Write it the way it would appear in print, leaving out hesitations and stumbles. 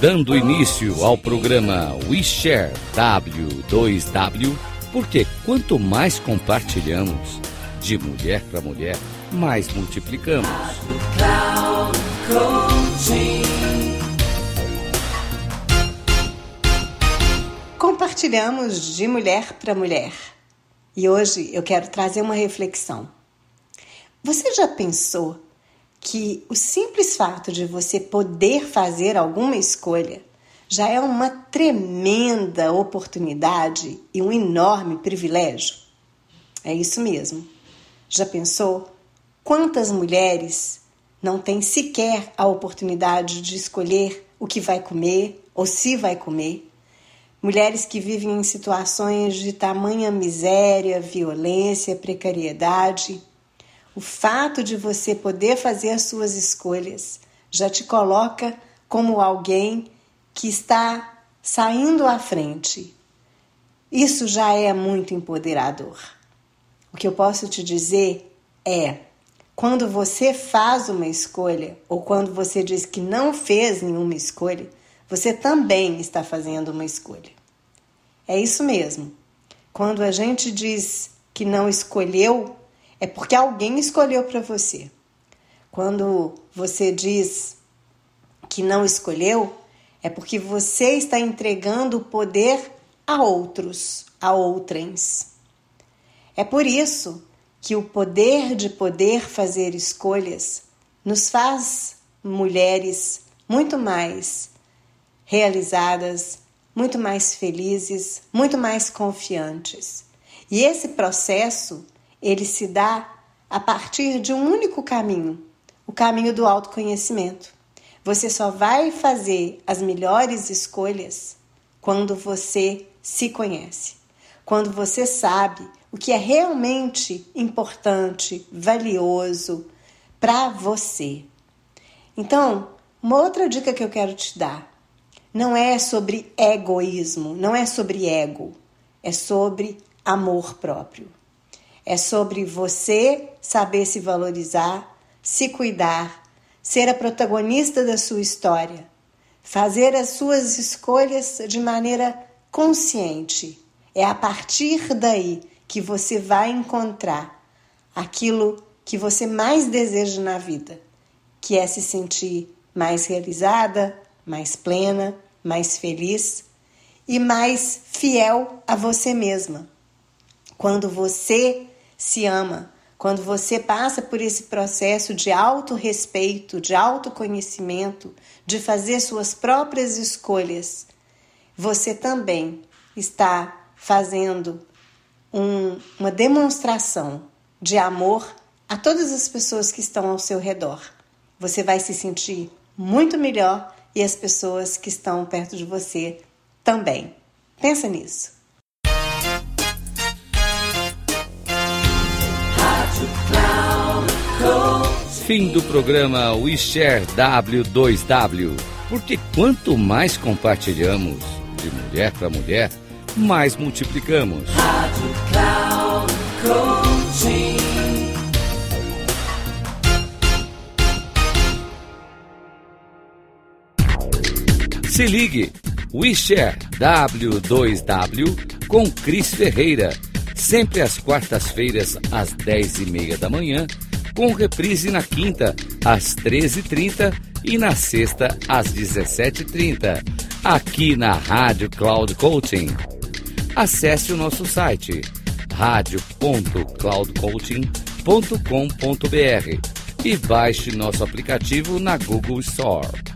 Dando início ao programa We Share W2W, porque quanto mais compartilhamos, de mulher para mulher, mais multiplicamos. Compartilhamos de mulher para mulher. E hoje eu quero trazer uma reflexão. Você já pensou que o simples fato de você poder fazer alguma escolha já é uma tremenda oportunidade e um enorme privilégio? É isso mesmo. Já pensou quantas mulheres não têm sequer a oportunidade de escolher o que vai comer ou se vai comer? Mulheres que vivem em situações de tamanha miséria, violência, precariedade. O fato de você poder fazer as suas escolhas já te coloca como alguém que está saindo à frente. Isso já é muito empoderador. O que eu posso te dizer é, quando você faz uma escolha, ou quando você diz que não fez nenhuma escolha, você também está fazendo uma escolha. É isso mesmo. Quando a gente diz que não escolheu, é porque alguém escolheu para você. Quando você diz que não escolheu, é porque você está entregando o poder a outros, a outrens. É por isso que o poder de poder fazer escolhas nos faz mulheres muito mais realizadas, muito mais felizes, muito mais confiantes. E esse processo, ele se dá a partir de um único caminho, o caminho do autoconhecimento. Você só vai fazer as melhores escolhas quando você se conhece, quando você sabe o que é realmente importante, valioso para você. Então, uma outra dica que eu quero te dar, não é sobre egoísmo, não é sobre ego, é sobre amor próprio. É sobre você saber se valorizar, se cuidar, ser a protagonista da sua história, fazer as suas escolhas de maneira consciente. É a partir daí que você vai encontrar aquilo que você mais deseja na vida, que é se sentir mais realizada, mais plena, mais feliz e mais fiel a você mesma. Quando você se ama, quando você passa por esse processo de autorrespeito, de autoconhecimento, de fazer suas próprias escolhas, você também está fazendo uma demonstração de amor a todas as pessoas que estão ao seu redor. Você vai se sentir muito melhor e as pessoas que estão perto de você também. Pensa nisso. Fim do programa We Share W2W, porque quanto mais compartilhamos de mulher para mulher, mais multiplicamos. Rádio Cloud Coaching. Se ligue, We Share W2W com Cris Ferreira, sempre às quartas-feiras às 10h30 da manhã, com reprise na quinta às 13h30 e na sexta às 17h30, aqui na Rádio Cloud Coaching. Acesse o nosso site radio.cloudcoaching.com.br e baixe nosso aplicativo na Google Store.